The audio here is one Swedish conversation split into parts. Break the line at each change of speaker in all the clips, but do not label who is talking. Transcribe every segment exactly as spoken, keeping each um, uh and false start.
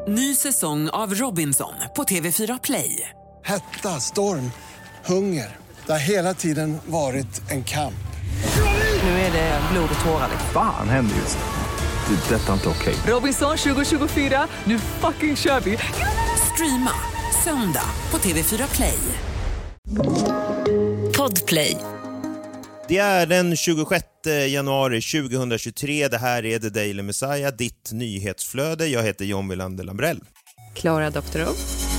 Ny säsong av Robinson på T V fyra Play.
Hetta, storm, hunger. Det har hela tiden varit en kamp.
Nu är det blod och tårar.
Fan, händer just det. Det är detta inte okej.
Robinson tjugo tjugofyra, nu fucking kör vi. Streama söndag på T V fyra Play. Podplay.
Det är den tjugosjätte januari tjugohundratjugotre. Det här är The Daily Messiah, ditt nyhetsflöde. Jag heter John Wilander Lambrell.
Klara Doktorov.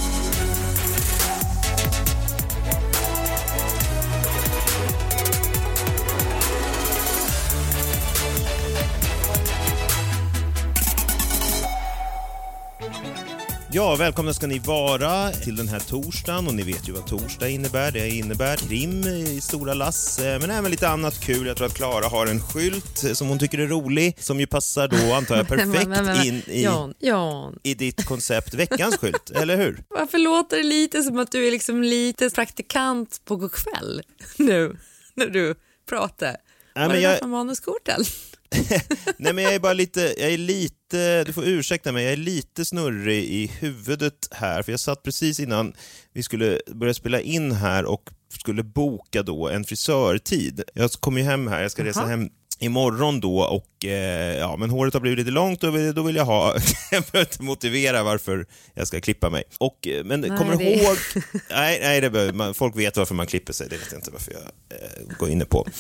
Ja, välkomna ska ni vara till den här torsdagen, och ni vet ju vad torsdag innebär. Det innebär krim i stora lass, men även lite annat kul. Jag tror att Klara har en skylt som hon tycker är rolig, som ju passar då, antar jag, perfekt men, men, men, in i,
Jan, Jan.
i ditt koncept veckans skylt, eller hur?
Varför låter det lite som att du är liksom lite praktikant på god kväll nu, när du pratar?
Nej,
Var
men
det
jag...
från manuskorten?
Nej, men jag är bara lite, jag är lite, du får ursäkta mig, jag är lite snurrig i huvudet här, för jag satt precis innan vi skulle börja spela in här och skulle boka då en frisörtid. Jag kommer ju hem här, jag ska resa Aha. hem imorgon då, och eh, ja, men håret har blivit lite långt, och då vill jag ha för att motivera varför jag ska klippa mig. Och men nej, kommer du det... ihåg nej, nej det behöver man, folk vet varför man klipper sig, det vet jag inte varför jag eh, går inne på.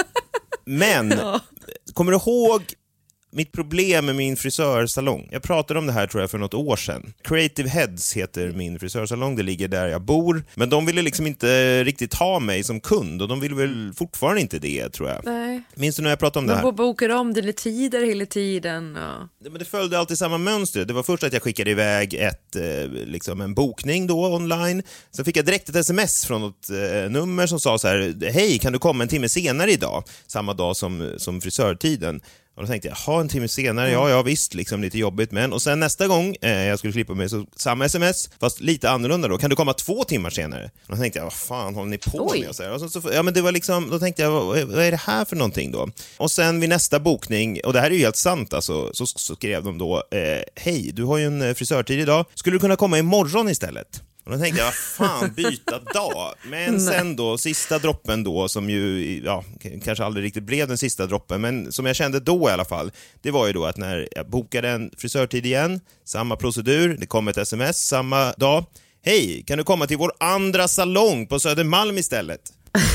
Men ja. Kommer du ihåg mitt problem med min frisörsalong? Jag pratade om det här tror jag för något år sedan. Creative Heads heter min frisörsalong, det ligger där jag bor. Men de ville liksom inte riktigt ha mig som kund, och de vill väl fortfarande inte det, tror jag.
Nej.
Minns du när jag pratade om
de
det här?
De bokar om dina tider hela tiden. Och...
Men det följde alltid samma mönster. Det var först att jag skickade iväg ett, liksom en bokning då online. Sen fick jag direkt ett sms från något eh, nummer som sa så här: hej, kan du komma en timme senare idag? Samma dag som, som frisörtiden. Och då tänkte jag, ha en timme senare, ja, ja visst, liksom lite jobbigt, men och sen nästa gång eh, jag skulle klippa mig så samma sms, fast lite annorlunda då, kan du komma två timmar senare? Och då tänkte jag, vad fan håller ni på Oj. med? Och så, och så, så, ja, men det var liksom, då tänkte jag, vad, vad är det här för någonting då? Och sen vid nästa bokning, och det här är ju helt sant alltså, så, så skrev de då, eh, hej, du har ju en frisörtid idag, skulle du kunna komma imorgon istället? Och då tänkte jag, vad fan, byta dag. Men sen då, sista droppen då, som ju, ja, kanske aldrig riktigt blev den sista droppen, men som jag kände då i alla fall, det var ju då att när jag bokade en frisörtid igen, samma procedur, det kom ett sms samma dag. Hej, kan du komma till vår andra salong på Södermalm istället?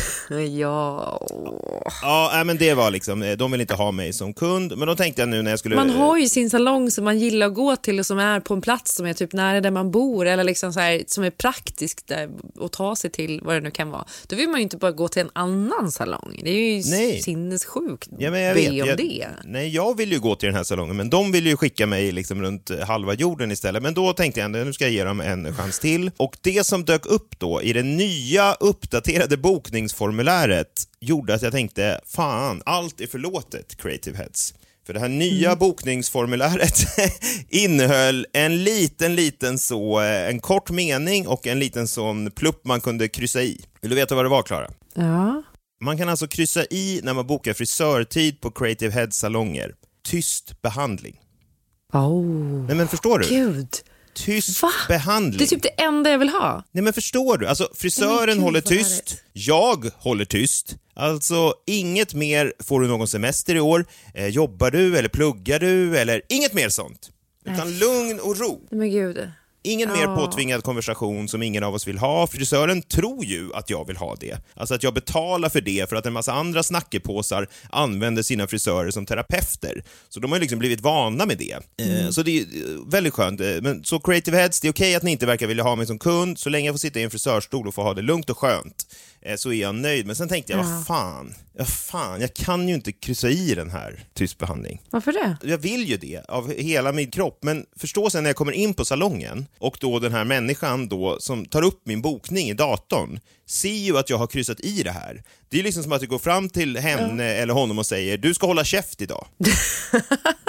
Ja.
Ja, men det var liksom, de vill inte ha mig som kund. Men då tänkte jag nu när jag skulle...
Man har ju sin salong som man gillar att gå till, och som är på en plats som är typ nära där man bor, eller liksom så här, som är praktiskt där, att ta sig till, vad det nu kan vara. Då vill man ju inte bara gå till en annan salong. Det är ju nej. sinnessjukt.
Ja, men jag vet. Jag, det. Nej, jag vill ju gå till den här salongen, men de vill ju skicka mig liksom runt halva jorden istället. Men då tänkte jag, nu ska jag ge dem en chans till. Och det som dök upp då i det nya uppdaterade bokningsformuläret gjorde att jag tänkte, fan, allt är förlåtet, Creative Heads. För det här nya mm. bokningsformuläret innehöll en liten, liten så, en kort mening och en liten sån plupp man kunde kryssa i. Vill du veta vad det var, Klara?
Ja.
Man kan alltså kryssa i när man bokar frisörtid på Creative Heads salonger. Tyst behandling.
Oh.
Nej, men förstår du?
Gud.
Tyst
Va?
behandling.
Det är typ det enda jag vill ha.
Nej, men förstår du? Alltså, frisören håller tyst. Jag håller tyst. Alltså, inget mer får du någon semester i år. Eh, jobbar du eller pluggar du eller inget mer sånt. Utan Nej. lugn och ro.
Men gud.
Ingen
ja.
mer påtvingad konversation som ingen av oss vill ha. Frisören tror ju att jag vill ha det. Alltså att jag betalar för det för att en massa andra snackepåsar använder sina frisörer som terapeuter. Så de har ju liksom blivit vana med det. Mm. Eh, så det är väldigt skönt. Men så Creative Heads, det är okej att ni inte verkar vilja ha mig som kund. Så länge jag får sitta i en frisörstol och få ha det lugnt och skönt, eh, så är jag nöjd. Men sen tänkte jag, ja. vad fan, ja, fan, jag kan ju inte kryssa i den här tystbehandling.
Varför det?
Jag vill ju det av hela min kropp. Men förstå sen när jag kommer in på salongen och då den här människan då som tar upp min bokning i datorn ser ju att jag har kryssat i det här. Det är liksom som att du går fram till henne ja. eller honom och säger, du ska hålla käft idag.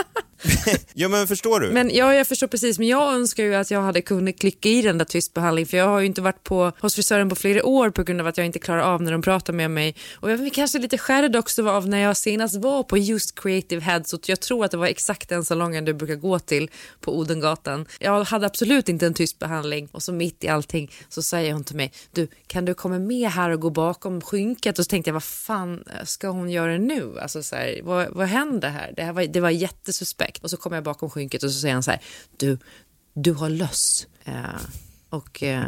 Ja, men förstår du?
Men ja, jag förstår precis. Men jag önskar ju att jag hade kunnat klicka i den där tystbehandling. För jag har ju inte varit på, hos frisören på flera år på grund av att jag inte klarar av när de pratar med mig. Och jag var kanske lite skärrad också av när jag senast var på just Creative Heads. Och jag tror att det var exakt den salongen du brukar gå till på Odengatan. Jag hade absolut inte en tystbehandling. Och så mitt i allting så säger hon till mig: du, kan du komma med här och gå bakom skynket? Och så tänkte jag, vad fan ska hon göra nu? Alltså så här, vad, vad händer här? Det, här var, det var jättesuspekt. Och så kommer jag bakom skynket och så säger han så här: du, du har löss. Eh, och eh,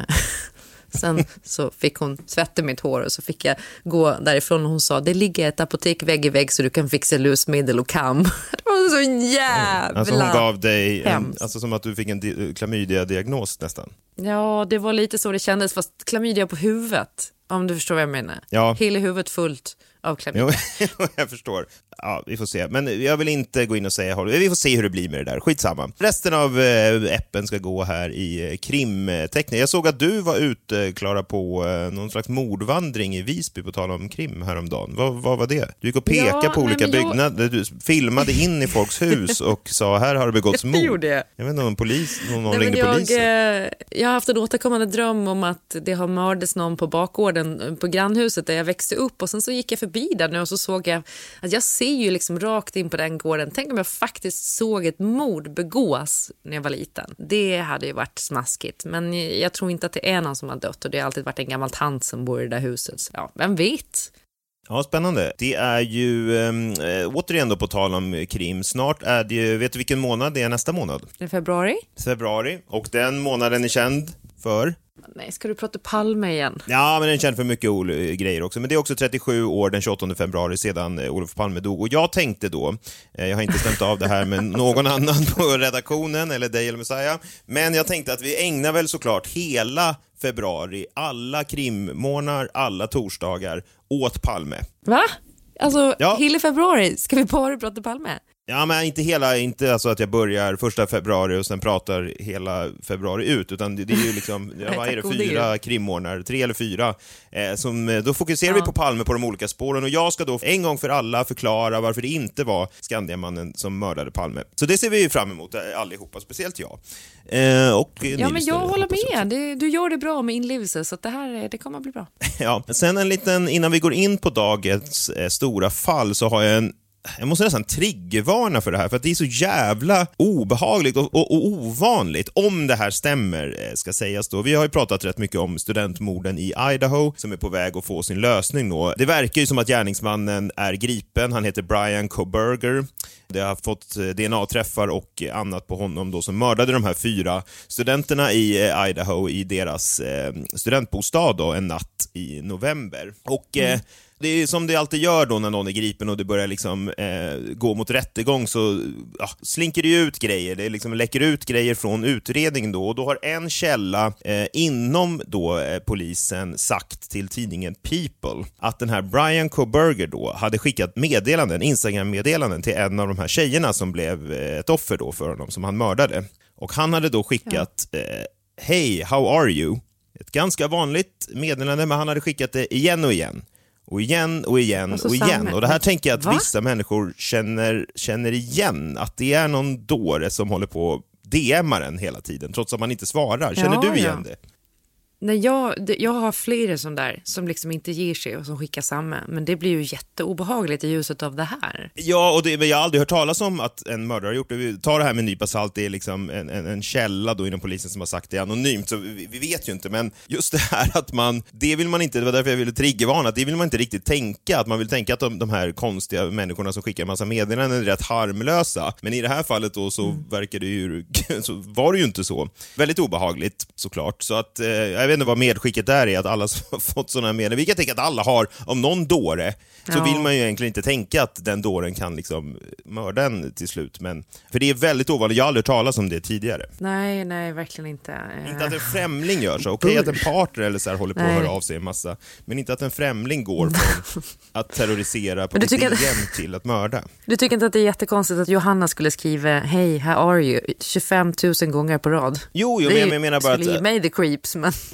sen så fick hon tvätta mitt hår och så fick jag gå därifrån och hon sa: det ligger ett apotek vägg i vägg så du kan fixa lusmedel och kam. Det var så jävla
Alltså hon gav dig en,
hemskt.
alltså som att du fick en di- klamydia-diagnos nästan.
Ja, det var lite så det kändes, fast klamydia på huvudet, om du förstår vad jag menar.
Ja.
Hela huvudet fullt av klamydia.
Jo, jag förstår. Ja, vi får se. Men jag vill inte gå in och säga, vi får se hur det blir med det där. Skitsamma. Resten av äh, appen ska gå här i äh, krimteckning. Jag såg att du var ute, Klara, på äh, någon slags mordvandring i Visby på tal om krim häromdagen. Vad, vad var det? Du gick och pekade
Ja,
på
nej,
olika
men jag-
byggnader. Du filmade in i folks hus och sa: här har det begåtts
Jag
mord.
gjorde det.
Jag vet inte om polis, någon, någon
Nej, men
ringde
jag,
polisen.
eh, jag har haft en återkommande dröm om att det har mördats någon på bakgården på grannhuset där jag växte upp, och sen så gick jag förbi där nu och så såg jag att jag ser ju liksom rakt in på den gården. Tänk om jag faktiskt såg ett mord begås när jag var liten. Det hade ju varit smaskigt, men jag tror inte att det är någon som har dött, och det har alltid varit en gammal tant som bor i det där huset. Ja, vem vet?
Ja, spännande. Det är ju äh, återigen då på tal om krim. Snart är det ju, vet du vilken månad det är nästa månad?
Det är februari?
Februari. Och den månaden är känd för...
Nej, ska du prata Palme igen?
Ja, men den är känd för mycket ol- grejer också. Men det är också trettiosju år den tjugoåttonde februari sedan eh, Olof Palme dog. Och jag tänkte då, eh, jag har inte stämt av det här med någon annan på redaktionen, eller dig eller Messiah, men jag tänkte att vi ägnar väl såklart hela februari, alla krimmånader, alla torsdagar åt Palme.
Va? Alltså,
Ja.
hela februari ska vi bara prata Palme?
Ja, men inte hela, inte alltså att jag börjar första februari och sen pratar hela februari ut, utan det, det är ju liksom, ja, vad är det,
Tack och
fyra krimmånader, tre eller fyra, eh, som, eh, då fokuserar vi på Palme på de olika spåren, och jag ska då en gång för alla förklara varför det inte var Skandiamannen som mördade Palme. Så det ser vi ju fram emot eh, allihopa, speciellt jag. Eh, och ni
Ja, men
lyssnare,
jag håller
hoppas jag
med. Det, du gör det bra med inlevelse, så att det här det kommer att bli bra.
Ja, sen en liten, innan vi går in på dagens eh, stora fall, så har jag en jag måste nästan triggervarna för det här, för att det är så jävla obehagligt och, och, och ovanligt, om det här stämmer, ska sägas då. Vi har ju pratat rätt mycket om studentmorden i Idaho som är på väg att få sin lösning då. Det verkar ju som att gärningsmannen är gripen. Han heter Bryan Kohberger. Det har fått D N A-träffar och annat på honom då, som mördade de här fyra studenterna i Idaho i deras eh, studentbostad då, en natt i november. Och eh, det är som det alltid gör då när någon är gripen och det börjar liksom eh, gå mot rättegång, så ja, slinker det ut grejer. Det liksom läcker ut grejer från utredningen då, och då har en källa eh, inom då eh, polisen sagt till tidningen People att den här Bryan Kohberger då hade skickat meddelanden, Instagram-meddelanden till en av de här tjejerna som blev eh, ett offer då för honom, som han mördade. Och han hade då skickat eh, "Hey, how are you?" Ett ganska vanligt meddelande, men han hade skickat det igen och igen. Och igen och igen
Alltså
och igen.
samma.
Och det här tänker jag att
Va?
vissa människor känner, känner igen. Att det är någon dåre som håller på D M-aren hela tiden, trots att man inte svarar. Känner
Ja,
du igen
ja.
det?
Nej, jag, det, jag har flera sån där som liksom inte ger sig och som skickar samma. Men det blir ju jätteobehagligt i ljuset av det här.
Ja, och det, men jag har aldrig hört talas om att en mördare har gjort det. Ta det här med en nypa salt, det är liksom en, en, en källa då inom polisen som har sagt det anonymt, så vi, vi vet ju inte. Men just det här att man, det vill man inte, det var därför jag ville triggervarna, det vill man inte riktigt tänka. Att man vill tänka att de, de här konstiga människorna som skickar en massa meddelanden är rätt harmlösa. Men i det här fallet då så mm. verkar det ju, så var det ju inte så. Väldigt obehagligt såklart. Så att, eh, jag vet inte vad medskicket där är, att alla som har fått sådana här meddelanden, vi kan tänka att alla har, om någon dåre, så
Ja.
vill man ju egentligen inte tänka att den dåren kan liksom mörda en till slut. Men, för det är väldigt ovanligt, jag har aldrig hört talas om det tidigare.
Nej, nej, verkligen inte. Eh,
Inte att en främling gör så. Okej att en partner eller så här håller på att
Nej.
höra av sig en massa, men inte att en främling går från att terrorisera på
Men du
ett
tycker
D
att-
M till att mörda.
Du tycker inte att det är jättekonstigt att Johanna skulle skriva "Hey, how are you?" tjugofem tusen gånger på rad?
Jo, jo
Det
men
är ju-
jag menar bara
skulle ge
att
mig the creeps, men...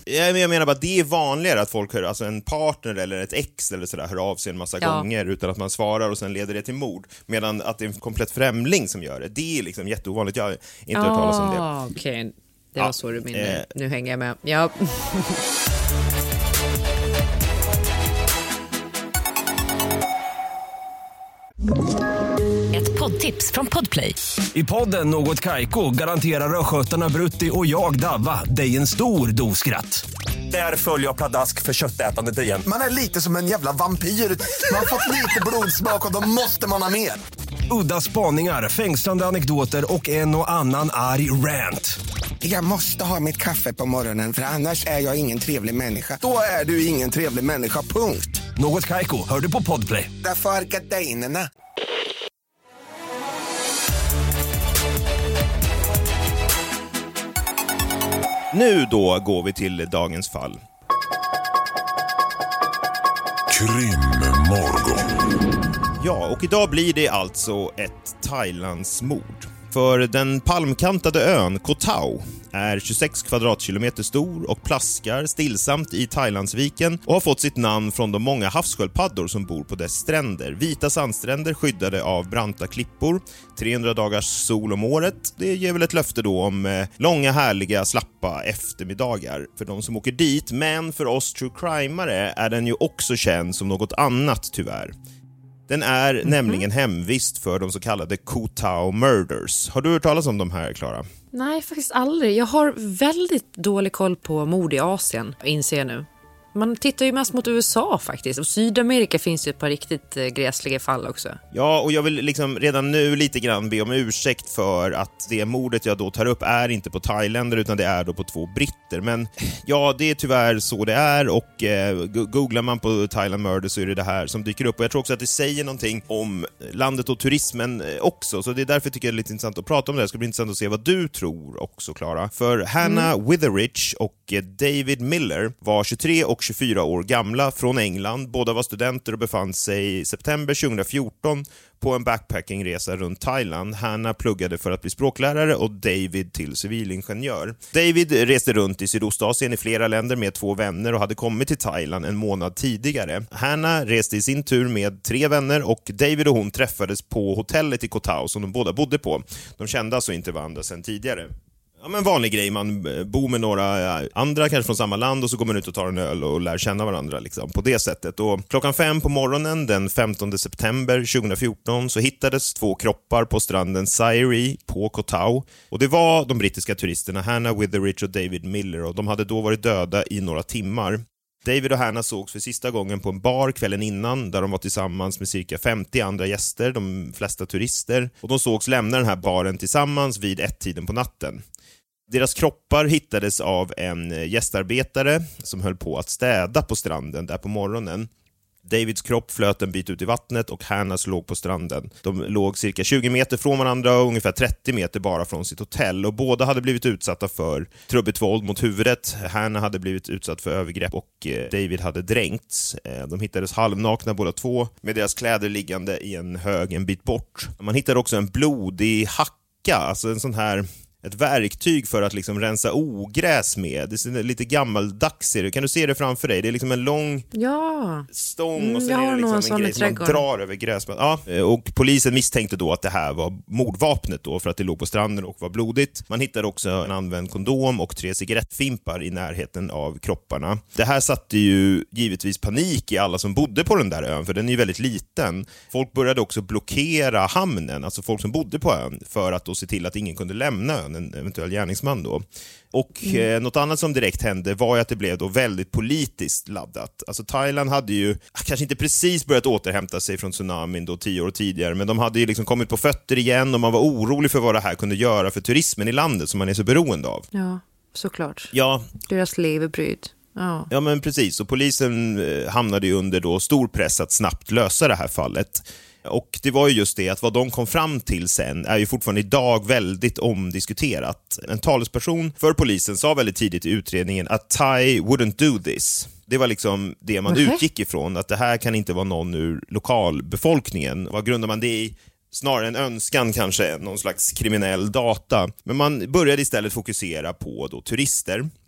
Jag menar bara att det är vanligare att folk hör, alltså en partner eller ett ex eller sådär, hör av sig en massa
ja.
gånger utan att man svarar och sen leder det till mord. Medan att det är en komplett främling som gör det, det är liksom jätteovanligt. Jag har inte hört talas om det.
Ah, okej. Okay. Det var
ja,
så du minns.
eh,
nu hänger jag med. Ja.
Ett poddtips från Podplay.
I podden Något Kaiko garanterar röskötarna Brutti och jag Davva dig en stor doskratt. Där följer jag pladask för köttätandet igen.
Man är lite som en jävla vampyr. Man har fått lite blodsmak och då måste man ha mer.
Udda spaningar, fängslande anekdoter och en och annan arg rant.
Jag måste ha mitt kaffe på morgonen för annars är jag ingen trevlig människa. Då är du ingen trevlig människa, punkt.
Något Kaiko, hör du på Podplay.
Därför är gardinerna.
Nu då går vi till dagens fall.
Krimmorgon.
Ja, och idag blir det alltså ett Thailandsmord. För den palmkantade ön Koh Tao är tjugosex kvadratkilometer stor och plaskar stillsamt i Thailandsviken och har fått sitt namn från de många havssköldpaddor som bor på dess stränder. Vita sandstränder skyddade av branta klippor, trehundra dagars sol om året. Det ger väl ett löfte då om eh, långa, härliga, slappa eftermiddagar för de som åker dit. Men för oss true crime-are är den ju också känd som något annat tyvärr. Den är mm-hmm. nämligen hemvist för de så kallade Koh Tao Murders. Har du hört talas om de här, Klara?
Nej, faktiskt aldrig. Jag har väldigt dålig koll på mord i Asien, inser jag nu. Man tittar ju mest mot U S A faktiskt. Och Sydamerika finns ju ett par riktigt eh, gräsliga fall också.
Ja, och jag vill liksom redan nu lite grann be om ursäkt för att det mordet jag då tar upp är inte på thailändare utan det är då på två britter. Men ja, det är tyvärr så det är och eh, googlar man på Thailand Murder så är det det här som dyker upp. Och jag tror också att det säger någonting om landet och turismen också. Så det är därför tycker jag det är lite intressant att prata om det. Det ska bli intressant att se vad du tror också, Klara. För Hannah mm. Witheridge och David Miller var tjugotre och tjugofyra år gamla från England. Båda var studenter och befann sig i september tjugohundrafjorton på en backpackingresa runt Thailand. Hannah pluggade för att bli språklärare och David till civilingenjör. David reste runt i Sydostasien i flera länder med två vänner och hade kommit till Thailand en månad tidigare. Hannah reste i sin tur med tre vänner och David och hon träffades på hotellet i Koh Tao som de båda bodde på. De kände alltså inte varandra sedan tidigare. Ja, men vanlig grej, man bor med några andra kanske från samma land och så går man ut och tar en öl och lär känna varandra liksom, på det sättet. Och klockan fem på morgonen den femtonde september tjugohundrafjorton så hittades två kroppar på stranden Sairi på Koh Tao. Och det var de brittiska turisterna Hannah Witheridge och David Miller och de hade då varit döda i några timmar. David och Hannah sågs för sista gången på en bar kvällen innan där de var tillsammans med cirka femtio andra gäster, de flesta turister. Och de sågs lämna den här baren tillsammans vid ett-tiden på natten. Deras kroppar hittades av en gästarbetare som höll på att städa på stranden där på morgonen. Davids kropp flöt en bit ut i vattnet och Hannahs låg på stranden. De låg cirka tjugo meter från varandra och ungefär trettio meter bara från sitt hotell. Och båda hade blivit utsatta för trubbigt våld mot huvudet. Hannah hade blivit utsatt för övergrepp och David hade dränkts. De hittades halvnakna båda två med deras kläder liggande i en hög en bit bort. Man hittade också en blodig hacka, alltså en sån här... ett verktyg för att liksom rensa ogräs med. Det är lite gammaldags. Kan du se det framför dig? Det är liksom en lång
ja.
stång och så
mm,
är det liksom en grej som man drar över gräs. Ja, och polisen misstänkte då att det här var mordvapnet då för att det låg på stranden och var blodigt. Man hittade också en använd kondom och tre cigarettfimpar i närheten av kropparna. Det här satte ju givetvis panik i alla som bodde på den där ön för den är ju väldigt liten. Folk började också blockera hamnen, alltså folk som bodde på ön för att då se till att ingen kunde lämna ön, en eventuell gärningsman då. Och mm. eh, något annat som direkt hände var ju att det blev då väldigt politiskt laddat. Alltså Thailand hade ju kanske inte precis börjat återhämta sig från tsunamin då tio år tidigare, men de hade ju liksom kommit på fötter igen och man var orolig för vad det här kunde göra för turismen i landet som man är så beroende av.
Ja, såklart.
Ja.
Deras levebröd.
Ja. ja, men precis. Och polisen eh, hamnade ju under då stor press att snabbt lösa det här fallet. Och det var ju just det att vad de kom fram till sen är ju fortfarande idag väldigt omdiskuterat. En talesperson för polisen sa väldigt tidigt i utredningen att Thai wouldn't do this. Det var liksom det man okay. utgick ifrån, att det här kan inte vara någon ur lokalbefolkningen. Vad grundar man det i? Snarare en önskan kanske, någon slags kriminell data. Men man började istället fokusera på då turister.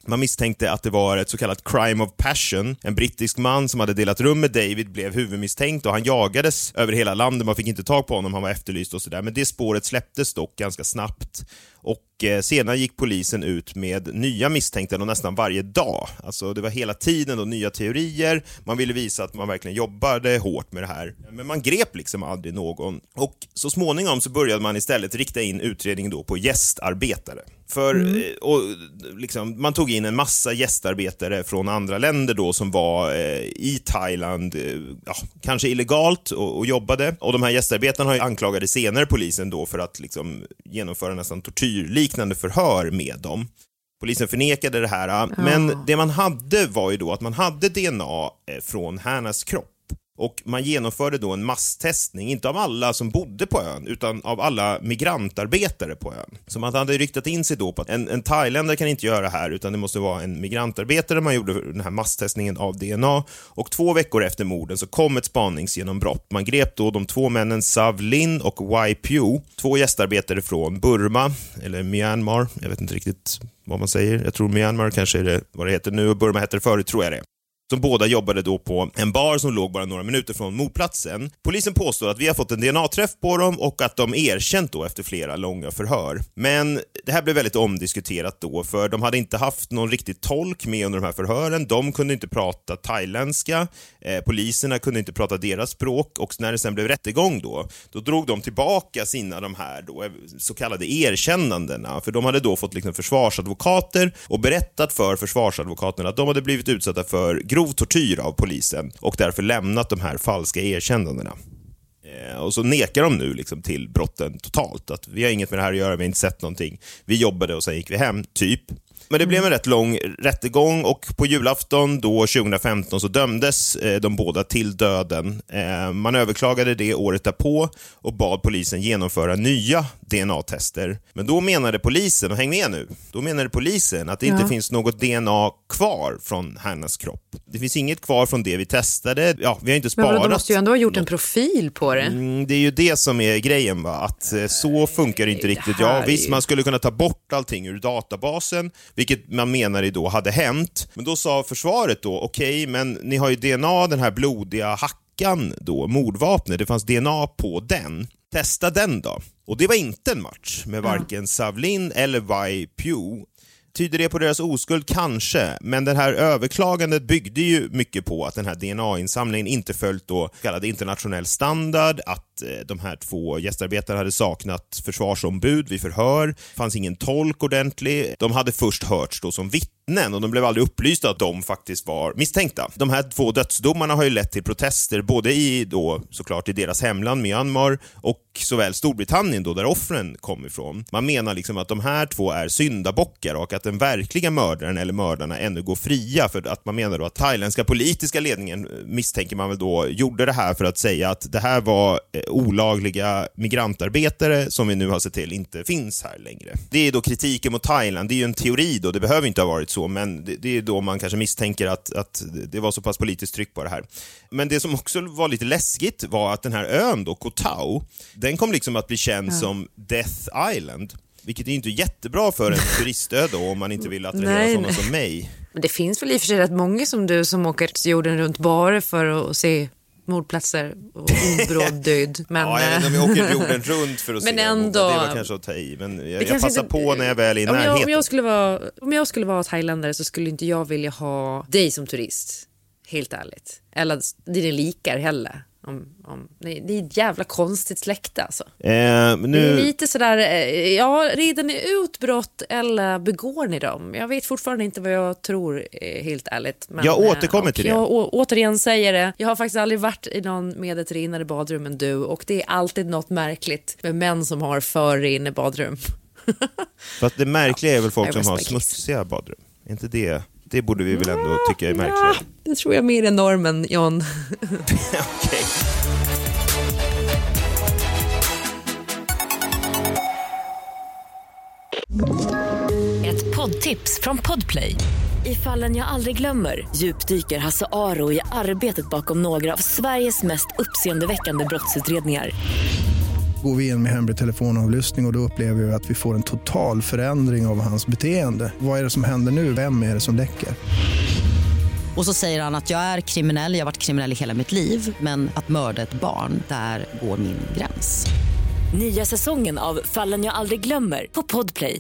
Man misstänkte att det var ett så kallat crime of passion. En brittisk man som hade delat rum med David blev huvudmisstänkt och han jagades över hela landet. Man fick inte tag på honom, han var efterlyst och sådär. Men det spåret släpptes dock ganska snabbt. Och eh, senare gick polisen ut med nya misstänkta och nästan varje dag. Alltså det var hela tiden då nya teorier. Man ville visa att man verkligen jobbade hårt med det här. Men man grep liksom aldrig någon. Och så småningom så började man istället rikta in utredningen då på gästarbetare. För mm. och liksom, man tog in en massa gästarbetare från andra länder då som var eh, i Thailand, eh, ja, kanske illegalt och, och jobbade. Och de här gästarbetarna har ju anklagade senare polisen då för att liksom genomföra nästan tortyrliknande förhör med dem. Polisen förnekade det här, ja. Men det man hade var ju då att man hade D N A från Hannas kropp. Och man genomförde då en masstestning, inte av alla som bodde på ön utan av alla migrantarbetare på ön. Så man hade ryktat in sig då på att en, en thailändare kan inte göra det här utan det måste vara en migrantarbetare. Man gjorde den här masstestningen av D N A och två veckor efter morden så kom ett spaningsgenombrott. Man grep då de två männen Sav Lin och Wai Pyu, två gästarbetare från Burma eller Myanmar, jag vet inte riktigt vad man säger. Jag tror Myanmar kanske är det, vad det heter nu och Burma heter det förut, tror jag det. Som båda jobbade då på en bar som låg bara några minuter från mordplatsen. Polisen påstår att vi har fått en D N A-träff på dem och att de erkänt då efter flera långa förhör. Men det här blev väldigt omdiskuterat då för de hade inte haft någon riktig tolk med under de här förhören. De kunde inte prata thailändska, eh, poliserna kunde inte prata deras språk och när det sen blev rättegång då, då drog de tillbaka sina de här då, så kallade erkännandena. För de hade då fått liksom försvarsadvokater och berättat för försvarsadvokaterna att de hade blivit utsatta för grov tortyr av polisen och därför lämnat de här falska erkännandena. Eh, och så nekar de nu liksom till brotten totalt. Att vi har inget med det här att göra, vi har inte sett någonting. Vi jobbade och sen gick vi hem, typ. Men det blev en rätt lång rättegång och på julafton då tjugohundrafemton så dömdes eh, de båda till döden. Eh, man överklagade det året därpå och bad polisen genomföra nya D N A-tester. Men då menade polisen, och häng med nu, då menade polisen att det ja. inte finns något D N A kvar från Hannas kropp. Det finns inget kvar från det vi testade. Ja, vi har inte sparat.
Men de måste ju ändå ha gjort en profil på det.
Mm, det är ju det som är grejen, va? Att eh, så funkar det inte riktigt. Ja, visst, man skulle kunna ta bort allting ur databasen, vilket man menar i då hade hänt. Men då sa försvaret då, okej, okay, men ni har ju D N A, den här blodiga hackan då, mordvapnet, det fanns D N A på den. Testa den då. Och det var inte en match med varken Sav Lin eller Wai Pyu. Tyder det på deras oskuld? Kanske. Men det här överklagandet byggde ju mycket på att den här D N A-insamlingen inte följt då kallad internationell standard, att eh, de här två gästarbetarna hade saknat försvarsombud vid förhör, fanns ingen tolk ordentlig. De hade först hörts då som vittnen och de blev aldrig upplysta att de faktiskt var misstänkta. De här två dödsdomarna har ju lett till protester både i då såklart i deras hemland Myanmar och såväl Storbritannien då där offren kom ifrån. Man menar liksom att de här två är syndabockar och att den verkliga mördaren eller mördarna ännu går fria, för att man menar då att thailändska politiska ledningen misstänker man väl då gjorde det här för att säga att det här var eh, olagliga migrantarbetare som vi nu har sett till inte finns här längre. Det är då kritiken mot Thailand, det är ju en teori då, det behöver inte ha varit så, men det, det är då man kanske misstänker att, att det var så pass politiskt tryck på det här. Men det som också var lite läskigt var att den här ön då, Koh Tao, den kom liksom att bli känd ja. som Death Island. Vilket är inte jättebra för en turistö då, om man inte vill attrahera sådana som mig.
Men det finns väl i och för sig rätt många som du som åker till jorden runt bara för att se mordplatser och obråd död. Men,
ja, jag vet inte om jag åker jorden runt för att
men
se
ändå,
det var kanske att ta i. Men jag, jag passar inte, på när jag väl är i närheten.
Om jag, om, jag skulle vara, om jag skulle vara thailändare så skulle inte jag vilja ha dig som turist. Helt ärligt. Eller dina likar heller. Om, om, det är ett jävla konstigt släkte alltså.
Eh, men nu...
Det är lite sådär, ja, rider ni utbrott eller begår ni dem? Jag vet fortfarande inte vad jag tror, helt ärligt. Men,
jag återkommer till det.
Jag å, återigen säger det, jag har faktiskt aldrig varit i någon med ett renare badrum än du. Och det är alltid något märkligt med män som har för rena badrum.
För att det märkliga är väl folk som har smutsiga badrum. Är inte det... Det borde vi väl ändå tycka är märkligt. Ja,
det tror jag mer är normen, John.
Okej.
Ett poddtips från Podplay. I Fallen jag aldrig glömmer djupdyker Hasse Aro i arbetet bakom några av Sveriges mest uppseendeväckande brottsutredningar.
Går vi in med hemlig telefonavlyssning och, och då upplever vi att vi får en total förändring av hans beteende. Vad är det som händer nu? Vem är det som läcker?
Och så säger han att jag är kriminell, jag har varit kriminell i hela mitt liv. Men att mörda ett barn, där går min gräns.
Nya säsongen av Fallen jag aldrig glömmer på Podplay.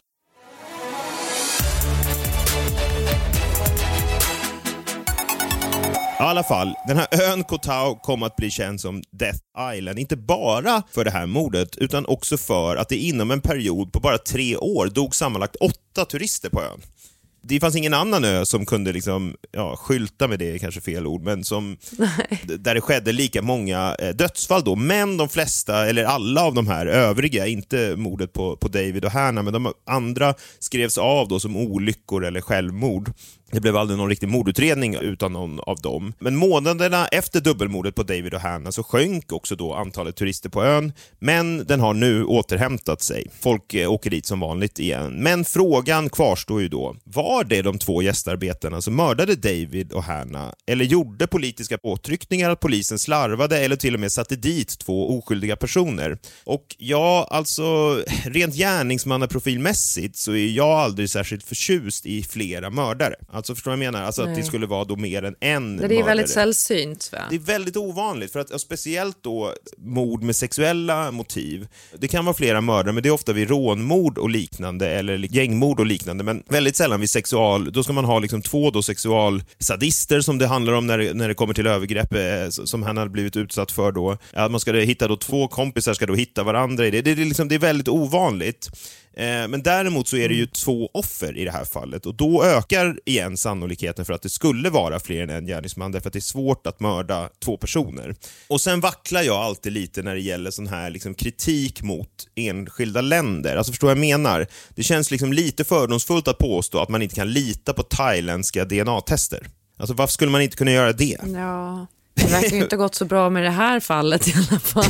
I alla fall, den här ön Koh Tao kom att bli känd som Death Island, inte bara för det här mordet utan också för att det inom en period på bara tre år dog sammanlagt åtta turister på ön. Det fanns ingen annan ö som kunde liksom, ja, skylta med det, kanske fel ord, men som där det skedde lika många eh, dödsfall då, men de flesta eller alla av de här övriga, inte mordet på, på David och Hannah, men de andra skrevs av då som olyckor eller självmord. Det blev aldrig någon riktig mordutredning utan någon av dem. Men månaderna efter dubbelmordet på David och Hannah så sjönk också då antalet turister på ön. Men den har nu återhämtat sig. Folk åker dit som vanligt igen. Men frågan kvarstår ju då. Var det de två gästarbetarna som mördade David och Hannah? Eller gjorde politiska påtryckningar att polisen slarvade eller till och med satte dit två oskyldiga personer? Och ja, alltså rent gärningsmannaprofilmässigt så är jag aldrig särskilt förtjust i flera mördare. Alltså förstår jag menar? Alltså att det skulle vara då mer än en
det är
mördare.
väldigt sällsynt, va?
Det är väldigt ovanligt för att, och speciellt då mord med sexuella motiv. Det kan vara flera mördare, men det är ofta vid rånmord och liknande eller gängmord och liknande, men väldigt sällan vid sexual. Då ska man ha liksom två då sexualsadister som det handlar om när det, när det kommer till övergrepp eh, som han hade blivit utsatt för då. Att man ska hitta då två kompisar ska då hitta varandra i det. Det är liksom det är väldigt ovanligt. Men däremot så är det ju två offer i det här fallet och då ökar igen sannolikheten för att det skulle vara fler än en gärningsman därför att det är svårt att mörda två personer. Och sen vacklar jag alltid lite när det gäller sån här liksom kritik mot enskilda länder. Alltså förstår jag menar? Det känns liksom lite fördomsfullt att påstå att man inte kan lita på thailändska D N A-tester. Alltså varför skulle man inte kunna göra det?
Ja... Det verkar ju inte gått så bra med det här fallet i alla fall.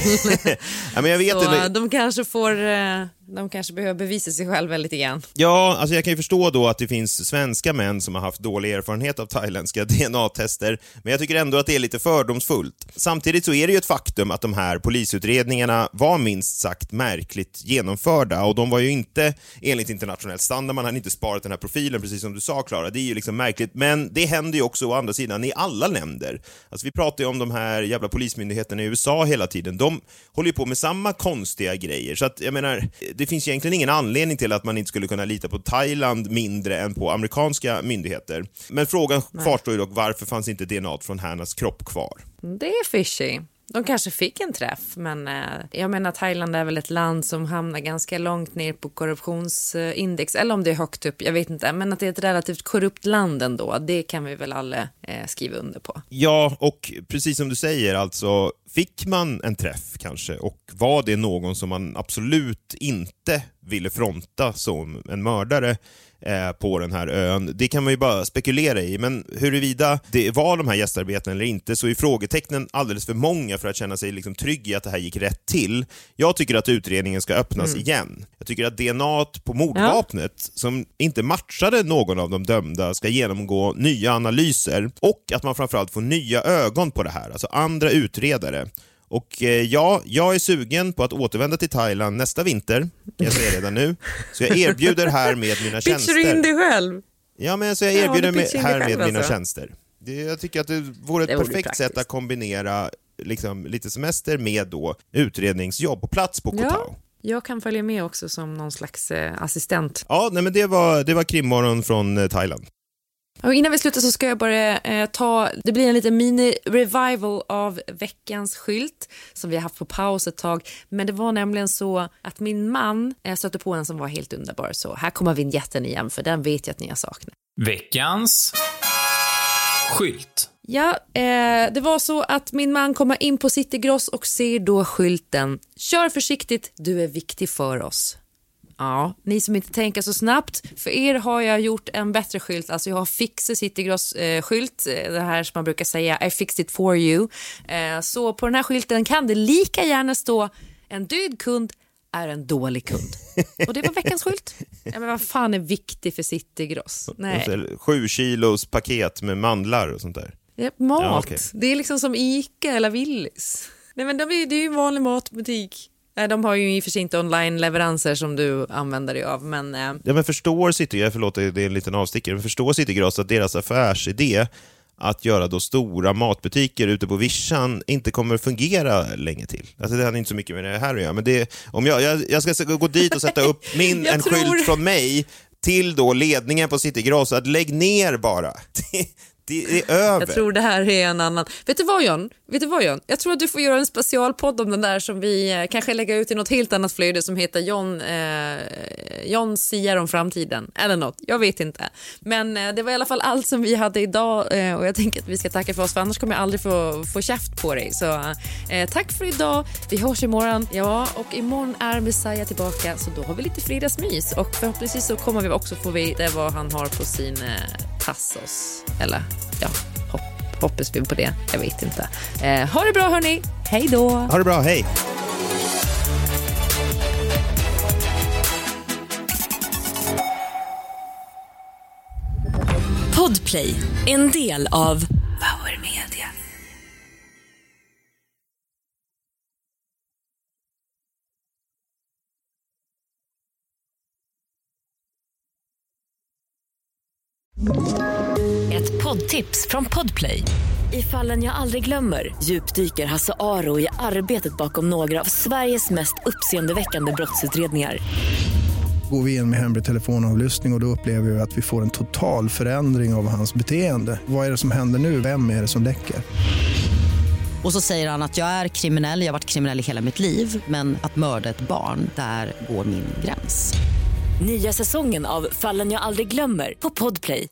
Ja, men jag vet
så
inte.
De kanske får, de kanske behöver bevisa sig själva lite igen.
Ja, alltså jag kan ju förstå då att det finns svenska män som har haft dålig erfarenhet av thailändska D N A-tester, men jag tycker ändå att det är lite fördomsfullt. Samtidigt så är det ju ett faktum att de här polisutredningarna var minst sagt märkligt genomförda och de var ju inte enligt internationell standard, man hade inte sparat den här profilen precis som du sa, Klara. Det är ju liksom märkligt, men det händer ju också å andra sidan i alla länder. Alltså vi pratar ju om de här jävla polismyndigheterna i U S A hela tiden. De håller ju på med samma konstiga grejer, så att jag menar, det finns egentligen ingen anledning till att man inte skulle kunna lita på Thailand mindre än på amerikanska myndigheter. Men frågan Nej. kvarstår ju dock, varför fanns inte D N A från Hannahs kropp kvar?
Det är fishy. De kanske fick en träff, men eh, jag menar Thailand är väl ett land som hamnar ganska långt ner på korruptionsindex, eller om det är högt upp, jag vet inte, men att det är ett relativt korrupt land ändå, det kan vi väl alla eh, skriva under på.
Ja, och precis som du säger, alltså fick man en träff kanske, och var det någon som man absolut inte ville fronta som en mördare eh, på den här ön? Det kan man ju bara spekulera i, men huruvida det var de här gästarbetarna eller inte, så är frågetecknen alldeles för många för att känna sig liksom trygg i att det här gick rätt till. Jag tycker att utredningen ska öppnas mm. igen. Jag tycker att D N A på mordvapnet ja. som inte matchade någon av de dömda ska genomgå nya analyser, och att man framförallt får nya ögon på det här, alltså andra utredare. Och eh, ja, jag är sugen på att återvända till Thailand nästa vinter. Jag säger redan nu. Så jag erbjuder här med mina tjänster.
Pitchar du in dig själv?
Ja, men så jag erbjuder
ja,
med, här med
själv,
mina
alltså.
tjänster. Det, jag tycker att det vore ett det perfekt vore sätt att kombinera liksom, lite semester med då utredningsjobb på plats på Koh Tao.
Ja. Jag kan följa med också som någon slags eh, assistent.
Ja, nej, men det var, det var krimmorgon från eh, Thailand.
Och innan vi slutar så ska jag bara eh, ta, det blir en liten mini-revival av veckans skylt som vi har haft på paus ett tag. Men det var nämligen så att min man eh, stötte på en som var helt underbar. Så här kommer vignetten igen, för den vet jag att ni har saknat.
Veckans skylt.
Ja, eh, det var så att min man kommer in på City Gross och ser då skylten: kör försiktigt, du är viktig för oss. Ja, ni som inte tänker så snabbt, för er har jag gjort en bättre skylt. Alltså jag har fixat City Gross eh, skylt, det här som man brukar säga, I fixed it for you. Eh, så på den här skylten kan det lika gärna stå: en död kund är en dålig kund. Och det var veckans skylt. Ja, men vad fan är viktigt för City Gross? Nej.
Sju kilos paket med mandlar och sånt där.
Ja, mat. Ja, okay. Det är liksom som Ica eller Willys. Nej, men de är, det är ju en vanlig matbutik. De har ju i och för sig inte online-leveranser som du använder dig av, men... Eh...
Ja, men förstår Citygross, förlåt det är en liten avstickare, men förstår Citygross att deras affärsidé att göra då stora matbutiker ute på vischan inte kommer att fungera länge till. Alltså det har inte så mycket med det här att göra, men det, om jag, jag, jag ska gå dit och sätta upp min, en tror... skylt från mig till då ledningen på Citygross att lägg ner bara. Det är över.
Jag tror det här är en annan. Vet du vad, John? Vet du vad, John? Jag tror att du får göra en specialpodd om den där som vi eh, kanske lägger ut i något helt annat flöde som heter John, eh, John siar om framtiden. Eller något, jag vet inte. Men eh, det var i alla fall allt som vi hade idag eh, och jag tänker att vi ska tacka för oss, för annars kommer jag aldrig få, få käft på dig. Så eh, tack för idag. Vi hörs imorgon. Ja, och imorgon är Messiah tillbaka, så då har vi lite fredagsmys och förhoppningsvis så kommer vi också få veta vad han har på sin eh, passos. Eller ja, hopp, hoppas vi på det. Jag vet inte. Eh, ha det bra hörni. Hej då.
Ha det bra, hej.
Podplay, en del av Power Media. Ett poddtips från Podplay. I Fallen jag aldrig glömmer djupdyker Hasse Aro i arbetet bakom några av Sveriges mest uppseendeväckande brottsutredningar.
Går vi in med hemlig telefonavlyssning och, och då upplever vi att vi får en total förändring av hans beteende. Vad är det som händer nu? Vem är det som läcker?
Och så säger han att jag är kriminell, jag har varit kriminell i hela mitt liv. Men att mörda ett barn, där går min gräns.
Nya säsongen av Fallen jag aldrig glömmer på Podplay.